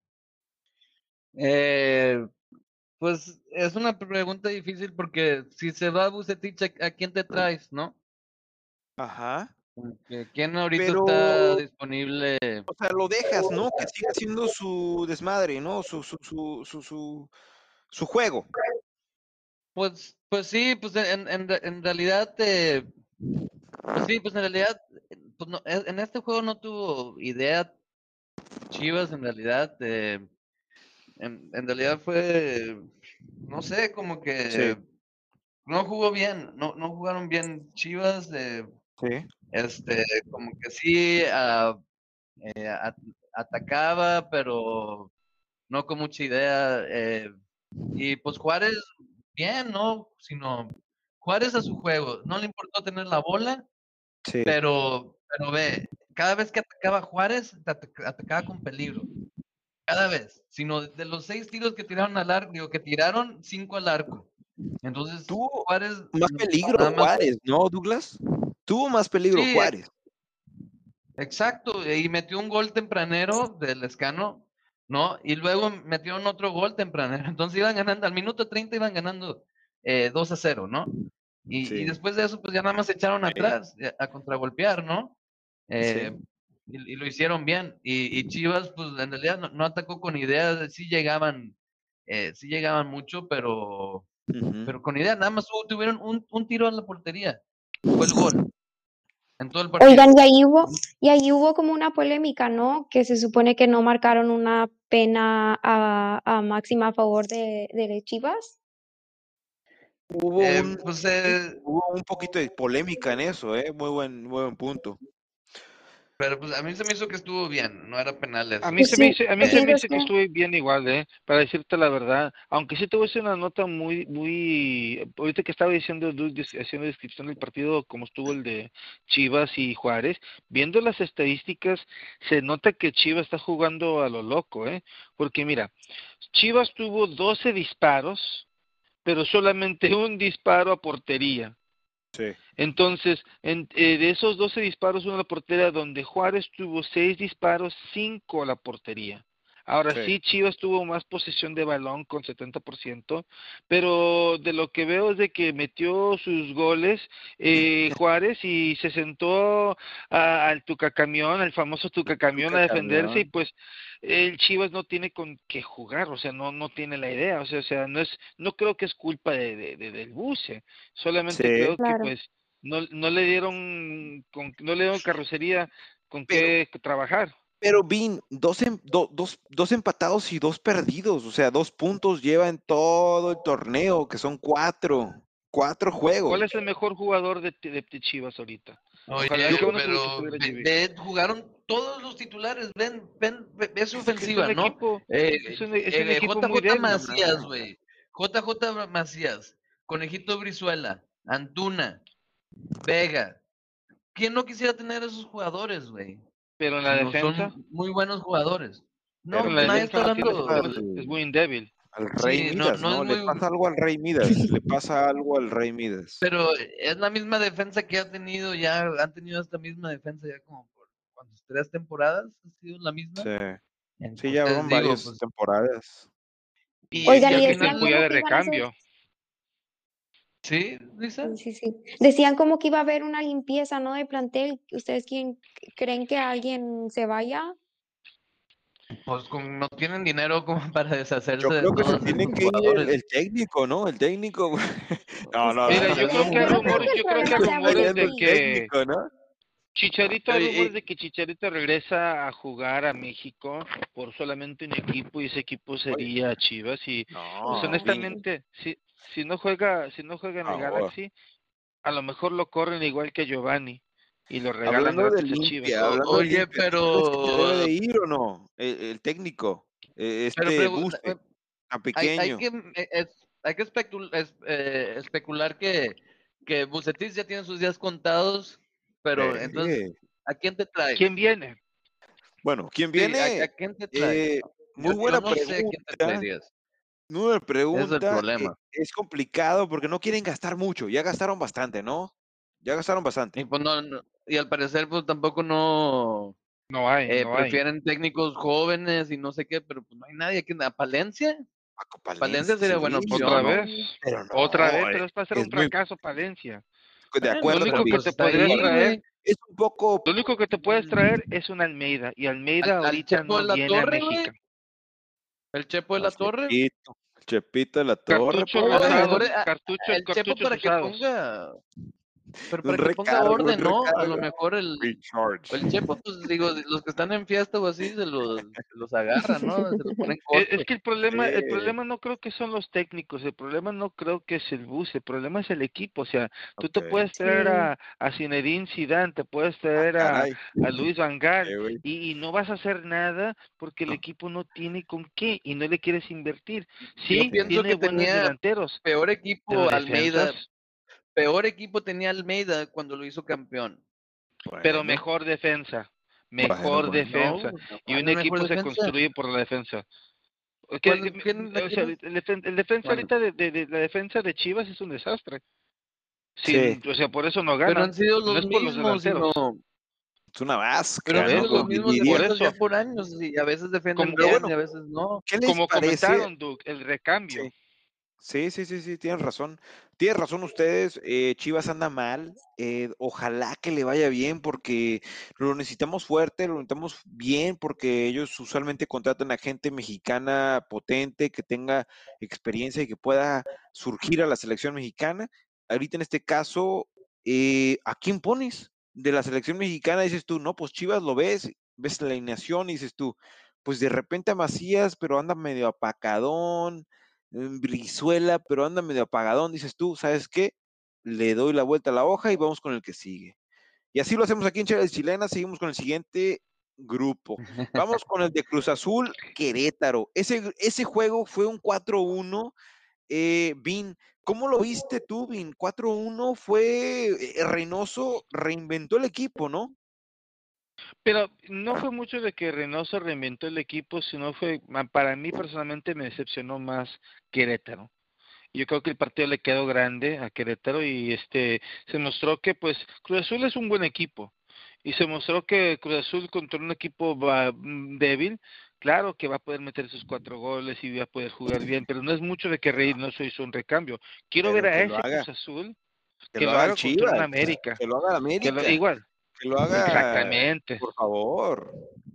Eh, pues es una pregunta difícil porque si se va Bucetich, ¿a, a quién te traes, no? Ajá. Porque ¿quién ahorita Pero, está disponible? o sea, lo dejas, ¿no? Que siga haciendo su desmadre, ¿no? Su, su, su, su, su, su juego. Pues, pues sí, pues en, en, re- en realidad, eh, pues sí, pues en realidad, eh, pues no, en en este juego no tuvo idea Chivas en realidad. eh, en, en realidad fue, no sé, como Sí, que no jugó bien, no, no jugaron bien Chivas. eh, sí. este, como que sí ah, eh, a- atacaba, pero no con mucha idea. eh, y pues Juárez, bien, ¿no? Sino Juárez a su juego, no le importó tener la bola, Sí. pero, pero ve, cada vez que atacaba Juárez, te atac- atacaba con peligro. Cada vez. Sino de los seis tiros que tiraron al arco, digo, que tiraron cinco al arco. Entonces, Tuvo Juárez más n- peligro nada más. Juárez, ¿no, Douglas? Tuvo más peligro Sí, Juárez. exacto. Y metió un gol tempranero del Lescano, ¿no? Y luego metieron otro gol tempranero. Entonces iban ganando, al minuto treinta iban ganando eh, dos a cero, ¿no? Y, y Sí, después de eso, pues ya nada más se echaron atrás eh, a contragolpear, ¿no? Eh, sí. y, y lo hicieron bien. Y, y Chivas, pues en realidad no, no atacó con ideas, sí llegaban, eh, sí llegaban mucho, pero, Ujú. pero con idea, nada más hubo- tuvieron un, un tiro en la portería. Fue el gol en todo el partido. Oigan, y ahí hubo, y ahí hubo como una polémica, ¿no? Que se supone que no marcaron una pena a, a máxima a favor de, de Chivas. Hubo Eh, un, pues sí, eh, hubo un poquito de polémica en eso, ¿eh? Muy buen, muy buen punto. pero pues a mí se me hizo que estuvo bien, no era penal A eso. mí se me Sí, hizo, a mí Eh, se me ¿sientes hizo que? que estuve bien igual, eh, para decirte la verdad. Aunque sí te voy a hacer una nota muy, muy, ahorita que estaba diciendo, Doug, des- haciendo descripción del partido como estuvo el de Chivas y Juárez, viendo las estadísticas, se nota que Chivas está jugando a lo loco, eh, porque mira, Chivas tuvo doce disparos, pero solamente un disparo a portería. Sí. Entonces, en, eh, de esos doce disparos, uno a la portería, donde Juárez tuvo seis disparos, cinco a la portería. Ahora Sí. sí, Chivas tuvo más posesión de balón con setenta por ciento, pero de lo que veo es de que metió sus goles eh, Juárez y se sentó a- al Tucacamión, al famoso Tucacamión a defenderse y Camión. pues el Chivas no tiene con qué jugar, o sea, no no tiene la idea, o sea, o sea, no es, no creo que es culpa de, de, de- del buce, solamente Sí. creo que Claro. pues no, no le dieron con, no le dieron carrocería con Pero, qué trabajar. pero Vin, dos, em- do- dos, dos empatados y dos perdidos. O sea, dos puntos lleva en todo el torneo, que son cuatro. Cuatro juegos. ¿Cuál es el mejor jugador de, de, de Chivas ahorita? Oye, Ojalá que uno pero estuviera ve, Jimmy. ve, jugaron todos los titulares, ven, ven, ve, ve su Es que es un ofensiva, ¿no? equipo, Eh, es un, es un eh, equipo muy J J débil. Macías, güey. J J Macías, Conejito Brizuela, Antuna, Vega. ¿Quién no quisiera tener esos jugadores, güey? Pero en la No defensa, son muy buenos jugadores. No, Pero en la pues le nadie está defensa no pasa tiene algo hablando. sistemas, al, es muy débil. al Rey Sí, no, Midas, no es ¿no? Le muy. pasa algo al Rey Midas. Le pasa algo al Rey Midas. Pero es la misma defensa que ha tenido ya, han tenido esta misma defensa ya como por ¿cuántas? Tres temporadas, ha sido la misma. Sí. Sí, ya Entonces van digo, varias pues, temporadas. y, Y y Oigan, ya al y que es decían tiempo final, ya como de que iban a hacer, recambio. sí, Lisa, sí, sí, sí. Decían como que iba a haber una limpieza, ¿no? De plantel. ¿Ustedes quién, creen que alguien se vaya? pues como no tienen dinero como para Yo deshacerse de creo que se todos tiene estos que ir el, jugadores. el técnico, ¿no? El técnico. No, Es no, que Mira, no. yo no creo sé. que hay Yo no creo rumores, que el yo creo que hay problema sea rumores de el Bucetich. que técnico, ¿no? Chicharito, hay Pero, rumores y- de que Chicharito regresa a jugar a México por solamente un equipo y ese equipo Oye, sería Chivas y pues no, No. Vin. honestamente, si si no juega, si no juega en el Ahora, Galaxy, a lo mejor lo corren igual que a Giovanni y lo regalan hablando de gratis a Chivas. limpia, o- hablando de oye, limpia, ¿tú crees que se debe pero, de ir o no? El, el técnico, eh, pero este pregu- Buce, tan hay, hay pequeño. que, eh, es- hay que especul- es- eh, especular que, que Bucetich ya tiene sus días contados, pero entonces, Eh, ¿a quién te traes? ¿Quién viene? Bueno, ¿quién Sí, ¿a, viene? a quién te traes? Eh, Yo, muy yo buena no sé a quién te pregunta. traerías. Muy buena Ese es el pregunta. eh, problema. es complicado porque no quieren gastar mucho. Ya gastaron bastante, ¿no? Ya gastaron Y bastante. pues no, no- y al parecer pues tampoco no No hay, eh, no hay. prefieren técnicos jóvenes y no sé qué, pero pues no hay nadie aquí. ¿A Palencia? Paco Palencia Palencia, sería sí, buena Otra opción, ¿no? vez, pero no, otra vez, eh, pero es para hacer es un muy fracaso Palencia. de Bueno, Lo acuerdo único pero que también. pues te está podrías ahí, traer, güey. Es un poco lo único que te puedes traer es un Almeida y Almeida Al, al ahorita Chepo de no la viene a Torre, güey. México. El Chepo de al la Torre. Chepito, el Chepito de la Torre, Cartuchos A lo pues, mejor usados, eh, a- cartuchos, el Chepo cartuchos para que usados. ponga, pero un para que ponga recargo, un orden, ¿no? A lo recargo. mejor el, Recharge. el Chepo, pues digo, los que están en fiesta o así, se los, se los agarran, ¿no? Se los ponen Eh, Es corto. que el problema, el Sí, problema no creo que son los técnicos, el problema no creo que es el bus, el problema es el equipo, o sea, tú te ok. puedes traer Sí. a, a Zinedine Zidane, te puedes Ah, traer a, caray. a Luis Van Gaal Eh, güey. y, y no vas a hacer nada porque el No, equipo no tiene con qué y no le quieres invertir. Yo Sí, pienso tiene que buenos tenía delanteros, peor pero equipo Almeida, defensas, peor equipo tenía Almeida cuando lo hizo campeón. pero bueno. mejor defensa. mejor Bueno, bueno. defensa. No, Y ¿cuál un es mejor equipo se defensa? construye por la defensa. Que- ¿Cuál, que- quién la o sea, quiere? el, defen- el defensa Bueno, ahorita de, de- de la defensa de Chivas es un desastre. Sí, Sin, o sea, por eso no pero ganan. han sido No los es por los mismos, delanteros. sino, es una pero han vasca, Por ¿no? sido los eso, Como mismos diría. por defensas ya eso. por años y a veces defienden Como, Pero bien bueno, y a veces no. ¿qué les como parece? comentaron, Duke, el recambio. Sí, sí, sí, sí, sí, tienes razón. Tienes razón ustedes, eh, Chivas anda mal, eh, ojalá que le vaya bien porque lo necesitamos fuerte, lo necesitamos bien porque ellos usualmente contratan a gente mexicana potente, que tenga experiencia y que pueda surgir a la selección mexicana. Ahorita en este caso, eh, ¿a quién pones de la selección mexicana? Dices tú, no, pues Chivas lo ves, ves la alineación y dices tú, pues de repente a Macías, pero anda medio apacadón. Brizuela, pero anda medio apagadón, dices tú, ¿sabes qué? Le doy la vuelta a la hoja y vamos con el que sigue. Y así lo hacemos aquí en Chelas Chilenas, seguimos con el siguiente grupo. Vamos con el de Cruz Azul Querétaro. Ese, ese juego fue un cuatro uno. Eh, Vin, ¿cómo lo viste tú, Vin? cuatro uno fue, eh, Reynoso reinventó el equipo, ¿no? Pero no fue mucho de que Reynoso reinventó el equipo, sino fue, para mí personalmente me decepcionó más Querétaro. Yo creo que el partido le quedó grande a Querétaro y este se mostró que pues Cruz Azul es un buen equipo y se mostró que Cruz Azul contra un equipo va, mm, débil, claro que va a poder meter sus cuatro goles y va a poder jugar bien, pero no es mucho de que Reynoso hizo un recambio. Quiero ver Pero a que lo ese haga, Cruz Azul que que lo lo haga el haga contra un Chivas, América, que lo haga el que lo, América, igual, que lo haga, exactamente. por favor.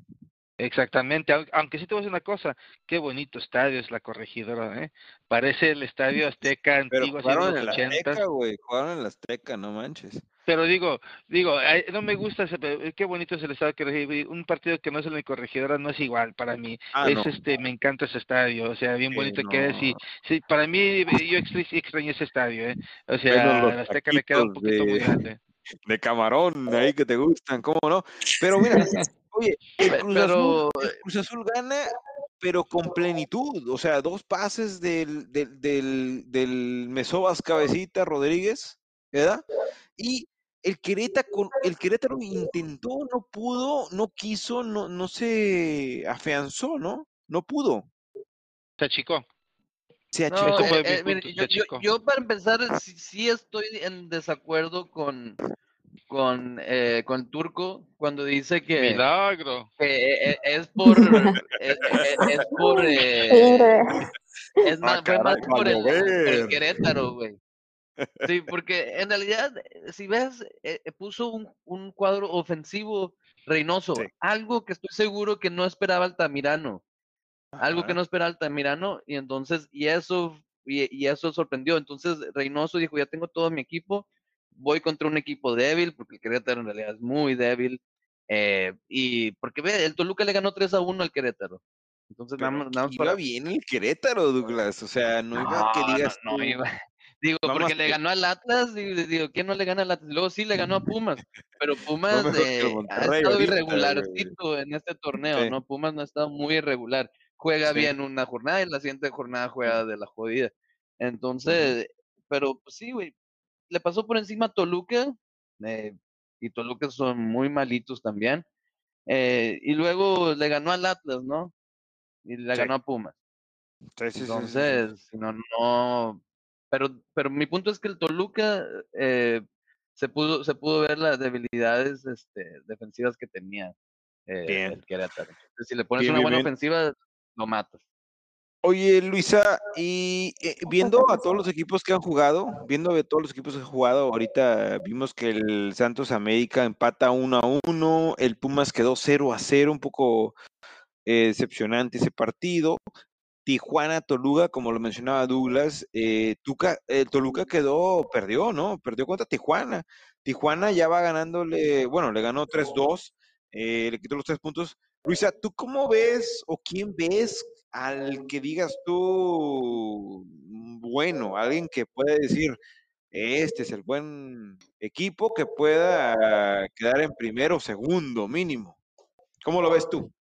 Exactamente, au- aunque sí te voy a decir una cosa, qué bonito estadio es la Corregidora, ¿eh? Parece el Estadio Azteca Pero antiguo, así de jugaron los en el ochentas. Azteca, güey, jugaron en el Azteca, no manches. Pero digo, digo, ay, no me gusta ese, pero qué bonito es el estadio Corregidora. Un partido que no es en la Corregidora no es igual para mí. Ah, Es no, este, me encanta ese estadio, o sea, bien sí, bonito que es y no. sí, para mí eh, yo extra- sí extrañé ese estadio, ¿eh? O Menos sea, los el Azteca me queda un taquitos poquito muy de, grande. de camarón ahí que te gustan, ¿cómo no? Pero mira, oye, el Pe- Cruz Azul, pero el Cruz Azul gana, pero con plenitud. O sea, dos pases del, del, del, del Mesobas Cabecita Rodríguez, ¿verdad? Y el Querétaro, con- el Querétaro intentó, no pudo, no quiso, no, no se afianzó, ¿no? No pudo. Se achicó. Se no, Eso achicó. eh, fue mi eh, mire, punto, se yo, yo, achicó. yo para empezar sí, sí estoy en desacuerdo con, con, eh, con Turco cuando dice que, Milagro. que, eh, eh, es por, eh, eh, es por, eh, Hater. es Ah, más, fue caray, más por valió el, por el ver. Querétaro, güey. Sí, porque en realidad, eh, si ves, eh, eh, puso un, un cuadro ofensivo Sí. Reynoso, algo que estoy seguro que no esperaba Altamirano, algo que Ajá. no esperaba Altamirano, y entonces, y eso, y, y eso sorprendió. Entonces Reynoso dijo, ya tengo todo mi equipo, voy contra un equipo débil, porque el Querétaro en realidad es muy débil, eh, y porque ve, el Toluca le ganó tres a uno al Querétaro. Entonces, nada Pero más, nada más iba para... bien el Querétaro, Douglas. O sea, no iba que No, no, digas no tú, iba. Digo, va más porque le que, ganó al Atlas, y le digo, ¿quién no le gana al Atlas? Luego sí le ganó a Pumas, pero va Pumas mejor que el eh, ha Monterrey estado ahorita, güey. irregularcito en este torneo, Sí, ¿no? Pumas no ha estado muy irregular. Juega sí. bien una jornada y la siguiente jornada juega de la jodida. Ujú. Entonces, pero pues, sí, güey, le pasó por encima a Toluca, eh, y Toluca son muy malitos también. Eh, y luego le ganó al Atlas, ¿no? Y le Sí, ganó a Pumas. sí, sí, sí, sí, sí. Entonces, si no, no, pero, pero mi punto es que el Toluca eh, se pudo, se pudo ver las debilidades este, defensivas que tenía eh, Bien, el Querétaro. Entonces, si le pones bien, una bien, buena bien. ofensiva, lo matas. Oye, Luisa, y eh, viendo a todos los equipos que han jugado, viendo a todos los equipos que han jugado, ahorita vimos que el Santos América empata uno a uno, el Pumas quedó cero a cero, un poco eh, decepcionante ese partido. Tijuana, Toluca, como lo mencionaba Douglas, eh, Tuca, el Toluca quedó, perdió, ¿no? Perdió contra Tijuana. Tijuana ya va ganándole, bueno, le ganó tres dos, eh, le quitó los tres puntos. Luisa, ¿tú cómo ves o quién ves al que digas tú, mm, bueno, alguien que puede decir, este es el buen equipo que pueda quedar en primero o segundo mínimo? ¿Cómo lo ves tú?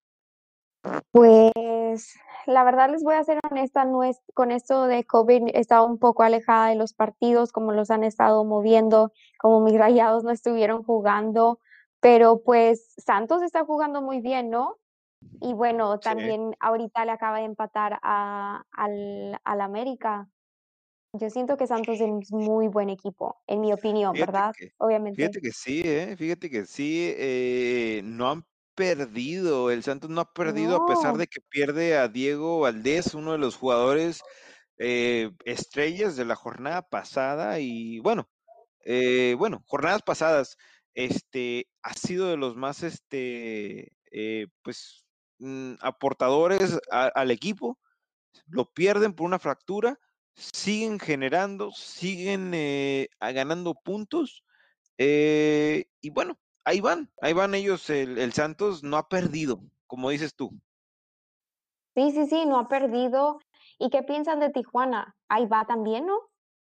Pues la verdad les voy a ser honesta, no es, con esto de COVID he estado un poco alejada de los partidos, como los han estado moviendo, como mis Rayados no estuvieron jugando, pero pues Santos está jugando muy bien, ¿no? Y bueno, Sí. también ahorita le acaba de empatar a, al, al América. Yo siento que Santos es muy buen equipo, en mi opinión, Fíjate ¿verdad? que Obviamente. fíjate que sí, ¿eh? Fíjate que sí, eh, no han perdido, el Santos no ha perdido a pesar No, de que pierde a Diego Valdés, uno de los jugadores eh, estrellas de la jornada pasada y bueno, eh, bueno, jornadas pasadas, este, ha sido de los más, este, eh, pues, mm, aportadores a- al equipo, lo pierden por una fractura, siguen generando, siguen eh, a- ganando puntos, eh, y bueno, ahí van, ahí van ellos, el, el Santos no ha perdido, como dices tú. sí, sí, sí, no ha perdido. ¿Y qué piensan de Tijuana? Ahí va también, ¿no?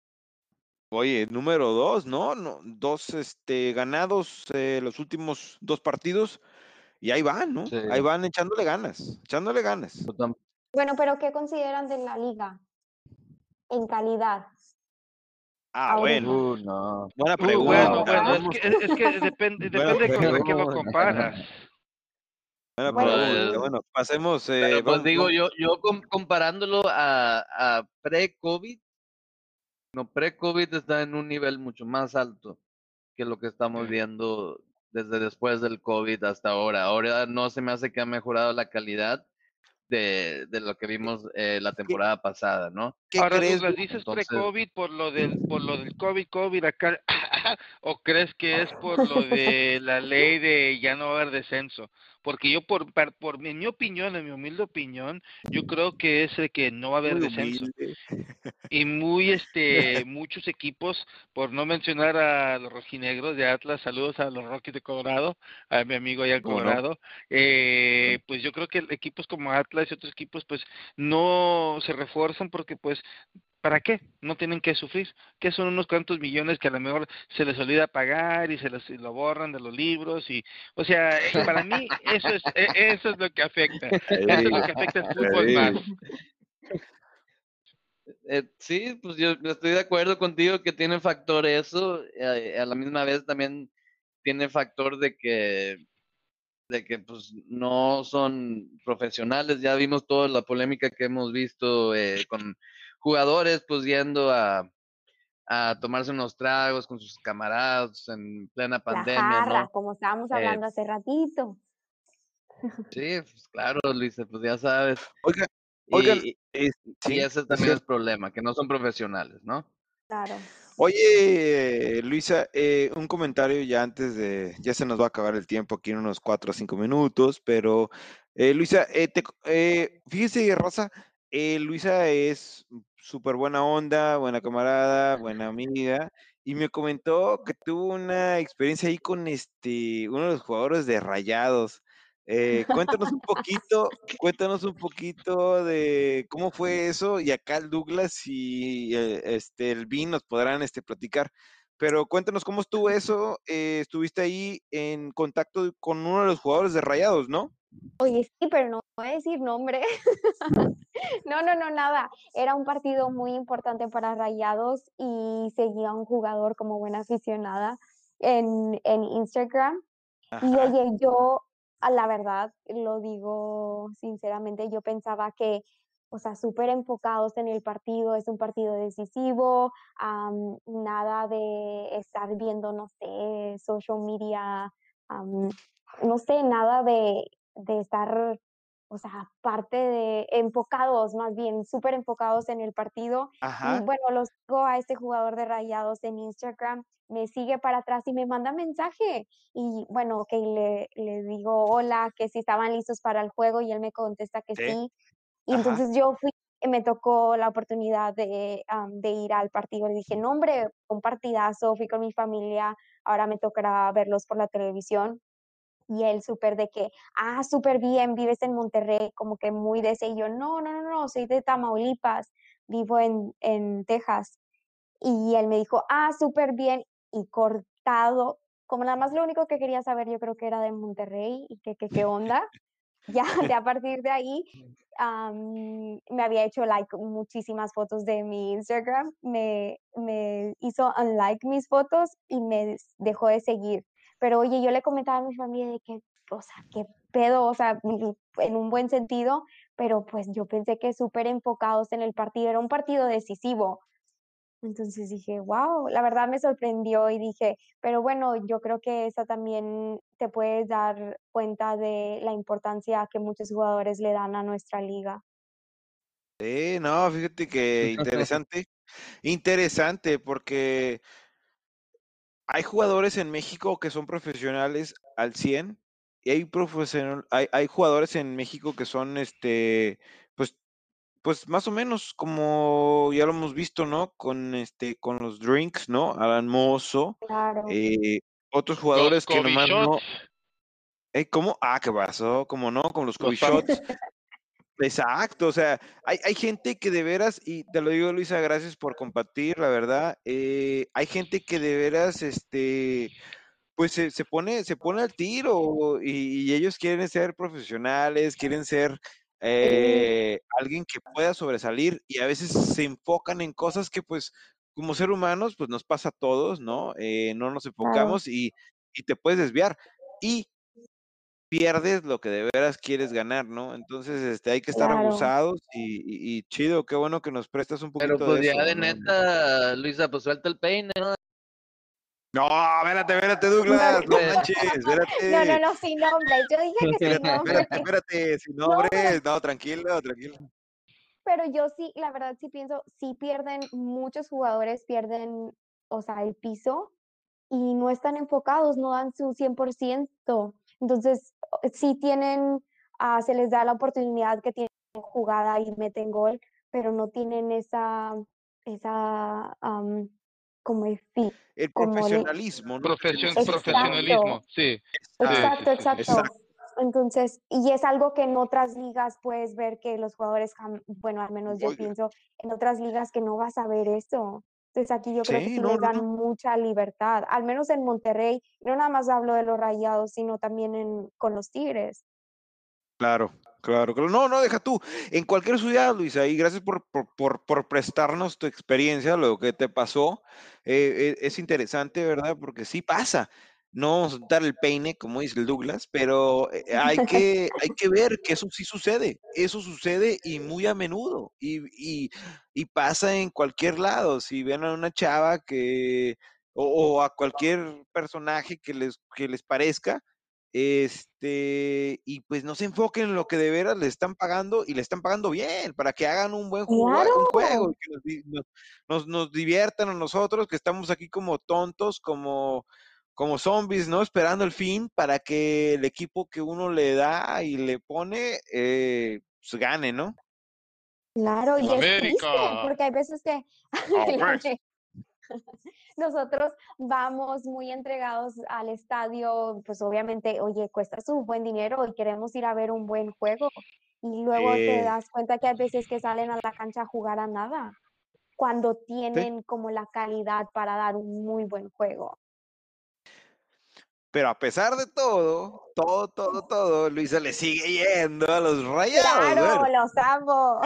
Oye, número dos, ¿no? No, dos este, ganados eh, los últimos dos partidos y ahí van, ¿no? Sí, Ahí van echándole ganas, echándole ganas. yo tam- Bueno, pero ¿qué consideran de la liga en calidad Ah, bueno, ahorita? Uh, no, buena Uh, no, bueno, pregunta. bueno, no, es Vamos, que es que depende buena depende contra qué lo pregunta, comparas. buena Bueno, pregunta. pues, sí, Bueno, pasemos, eh, pero pues vamos, digo, vamos. yo, yo com- comparándolo a, a pre-COVID, no, pre-COVID está en un nivel mucho más alto que lo que estamos viendo desde después del COVID hasta ahora. Ahora no se me hace que ha mejorado la calidad de, de lo que vimos eh, la ¿Qué, temporada pasada, ¿no? qué Ahora, crees? Douglas, ¿dices Entonces, pre-COVID por lo del por lo del COVID, COVID acá, o crees que es por lo de la ley de ya no va a haber descenso? Porque yo, por, par- por, mi- en mi opinión, en mi humilde opinión, yo creo que es el que no va a haber Muy descenso. humilde. Y muy, este, muchos equipos, por no mencionar a los rojinegros de Atlas, saludos a los Rockies de Colorado, a mi amigo allá en ¿Cómo no? Colorado, eh, pues yo creo que equipos como Atlas y otros equipos, pues no se refuerzan porque, pues, ¿para qué? No tienen que sufrir, que son unos cuantos millones que a lo mejor se les olvida pagar y se les y lo borran de los libros y, o sea, eh, para mí eso es eh, eso es lo que afecta, eso es lo Ahí, que afecta al fútbol más. ahí. eh, sí, pues yo yo estoy de acuerdo contigo que tiene factor eso, eh, a la misma vez también tiene factor de que de que pues no son profesionales. Ya vimos toda la polémica que hemos visto eh, con jugadores pues yendo a, a tomarse unos tragos con sus camaradas en plena la pandemia, jarra, ¿no? como estábamos Eh, hablando hace ratito. sí, pues claro, Luis, pues ya sabes. Oigan, oigan, Y, es- y sí, ese es también es cierto. el problema, que no son profesionales, ¿no? Claro. Oye, Luisa, eh, un comentario ya antes de, ya se nos va a acabar el tiempo aquí en unos cuatro o cinco minutos, pero eh, Luisa, eh, te- eh, fíjese, Rosa, eh, Luisa es súper buena onda, buena camarada, buena amiga, y me comentó que tuvo una experiencia ahí con este, uno de los jugadores de Rayados. Eh, cuéntanos un poquito, cuéntanos un poquito de cómo fue eso y acá el Douglas y eh, este, el Vin nos podrán este, platicar. Pero cuéntanos cómo estuvo eso. Eh, estuviste ahí en contacto con uno de los jugadores de Rayados, ¿no? Oye, sí, pero no voy a decir nombre. No, no, no, nada. Era un partido muy importante para Rayados y seguía a un jugador como buena aficionada en, en Instagram. Y Ajá, oye, yo, a la verdad, lo digo sinceramente, yo pensaba que, o sea, súper enfocados en el partido, es un partido decisivo, am, nada de estar viendo, no sé, social media, am, no sé, nada de, de estar, o sea, parte de, enfocados, más bien, súper enfocados en el partido. Y ajá. bueno, los sigo a este jugador de Rayados en Instagram, me sigue para atrás y me manda mensaje y bueno, que le, le digo hola, que si estaban listos para el juego y él me contesta que Sí, sí. Y ajá. entonces yo fui, me tocó la oportunidad de, am, de ir al partido. Le dije, no, hombre, un partidazo, fui con mi familia, ahora me tocará verlos por la televisión. Y él súper de que, ah, súper bien, vives en Monterrey, como que muy de ese. Y yo, no, no, no, no, soy de Tamaulipas, vivo en, en Texas. Y él me dijo, ah, súper bien, y cortado, como nada más lo único que quería saber, yo creo que era de Monterrey y que, que qué onda. Ya, de a partir de ahí, am, me había hecho like muchísimas fotos de mi Instagram, me, me hizo unlike mis fotos y me dejó de seguir. Pero oye, yo le comentaba a mi familia de que, o sea, qué pedo, o sea, en un buen sentido, pero pues yo pensé que súper enfocados en el partido, era un partido decisivo. Entonces dije, wow, la verdad me sorprendió y dije, pero bueno, yo creo que eso también te puedes dar cuenta de la importancia que muchos jugadores le dan a nuestra liga. Sí, no, fíjate que interesante, interesante, porque hay jugadores en México que son profesionales al cien y hay profesional, hay, hay jugadores en México que son, este, pues, pues más o menos como ya lo hemos visto, ¿no? Con este, con los drinks, ¿no? Alan Mozo, Claro, eh, otros Los jugadores que Kobe nomás Shots, no, eh, ¿cómo? Ah, ¿qué pasó? ¿Cómo no? Con los los Kobe Shots. Exacto, o sea, hay, hay gente que de veras, y te lo digo Luisa, gracias por compartir, la verdad, eh, hay gente que de veras, este, pues se, se pone, se pone al tiro y, y ellos quieren ser profesionales, quieren ser sí, eh, alguien que pueda sobresalir y a veces se enfocan en cosas que pues como ser humanos pues nos pasa a todos, ¿no? Eh, no nos claro, enfocamos y, y te puedes desviar. Y pierdes lo que de veras quieres ganar, ¿no? Entonces, este, hay que estar claro. abusados y, y- y chido, qué bueno que nos prestas un Pero poquito de pues ya eso, de ¿no? neta, Luisa, pues suelta el peine, ¿no? No, espérate, espérate, No, Douglas, no Pues, manches, no, no, espérate, no, sin nombres. Yo dije que sin nombres. espérate, espérate, sin No, pero nombres, no, tranquilo, tranquilo. Pero yo sí, la verdad sí pienso, sí pierden, muchos jugadores pierden, o sea, el piso y no están enfocados, no dan su cien por ciento. Entonces, o- sí tienen, ah, se les da la oportunidad que tienen jugada y meten gol, pero no tienen esa, esa, am, como el fit, El como el, profesionalismo, ¿no? Que se profesión, necesita, ¿no? exacto. profesionalismo, sí, sí, Exacto, sí, Exacto, sí, sí, sí. exacto. exacto, Entonces, y es algo que en otras ligas puedes ver que los jugadores, jam- bueno, al menos yo oiga, pienso, en otras ligas que no vas a ver eso. Entonces aquí yo creo que sí, sí no, les no, dan no. mucha libertad, al menos en Monterrey, no nada más hablo de los Rayados, sino también en, con los Tigres. Claro, claro, claro. No, no, deja tú. En cualquier ciudad, Luisa, y gracias por, por, por, por prestarnos tu experiencia, lo que te pasó. Eh, eh, es interesante, ¿verdad? Porque sí pasa. No vamos a dar el peine, como dice el Douglas, pero eh, hay que, hay que ver que eso sí sucede. Eso sucede y muy a menudo. Y, y, y pasa en cualquier lado. Si ven a una chava que, o, o a cualquier personaje que les, que les parezca, este, y pues no se enfoquen en lo que de veras le están pagando y le están pagando bien para que hagan un buen jue- un juego Claro, y que nos, di- nos, nos- nos diviertan a nosotros que estamos aquí como tontos, como, como zombies, ¿no? Esperando el fin para que el equipo que uno le da y le pone, eh, pues gane, ¿no? claro, El y es triste, América. porque hay veces que Ah, el pues. Ame- nosotros vamos muy entregados al estadio, pues obviamente, oye, cuesta su buen dinero y queremos ir a ver un buen juego. Y luego te Eh, das cuenta que hay veces que salen a la cancha a jugar a nada, cuando sí. tienen como la calidad para dar un muy buen juego. Pero a pesar de todo, todo, todo, todo, Luisa le sigue yendo a los Rayados. Bueno, Claro, los amo.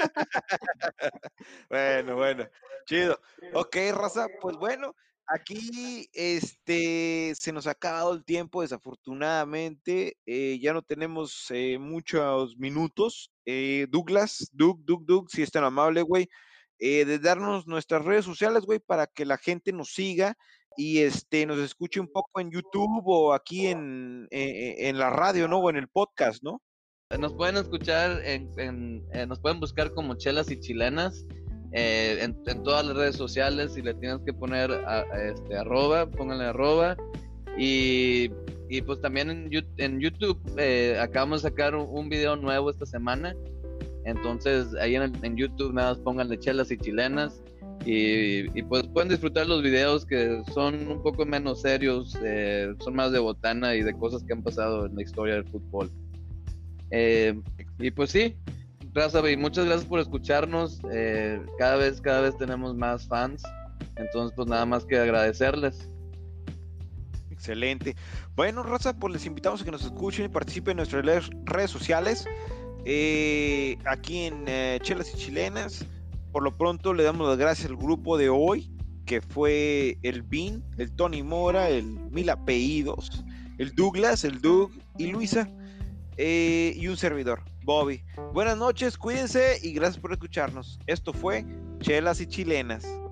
bueno, bueno, chido. Ok, raza, pues bueno, aquí este se nos ha acabado el tiempo, desafortunadamente. Eh, ya no tenemos eh, muchos minutos. Eh, Douglas, Doug, Doug, Doug, si es tan amable, güey, eh, de darnos nuestras redes sociales, güey, para que la gente nos siga y este nos escuche un poco en YouTube o aquí en, eh, en la radio, ¿no? O en el podcast, ¿no? nos pueden escuchar, en, en- eh, nos pueden buscar como Chelas y Chilenas eh, en, en todas las redes sociales. Y le tienes que poner a, a este, arroba, pónganle arroba. Y, y pues también en, Yu- en YouTube eh, acabamos de sacar un, un video nuevo esta semana. Entonces ahí en, el- en YouTube nada más pónganle Chelas y Chilenas. Y, y pues pueden disfrutar los videos que son un poco menos serios, eh, son más de botana y de cosas que han pasado en la historia del fútbol. Eh, y pues sí, raza, y muchas gracias por escucharnos. Eh, cada vez, cada vez tenemos más fans. Entonces, pues nada más que agradecerles. Excelente. Bueno, raza, pues les invitamos a que nos escuchen y participen en nuestras le- redes sociales. Eh, aquí en eh, Chelas y Chilenas. Por lo pronto le damos las gracias al grupo de hoy. que fue el Bean, el Tony Mora, el Mil Apellidos, el Douglas, el Doug y Luisa, eh, y un servidor, Bobby. Buenas noches, cuídense y gracias por escucharnos. Esto fue Chelas y Chilenas.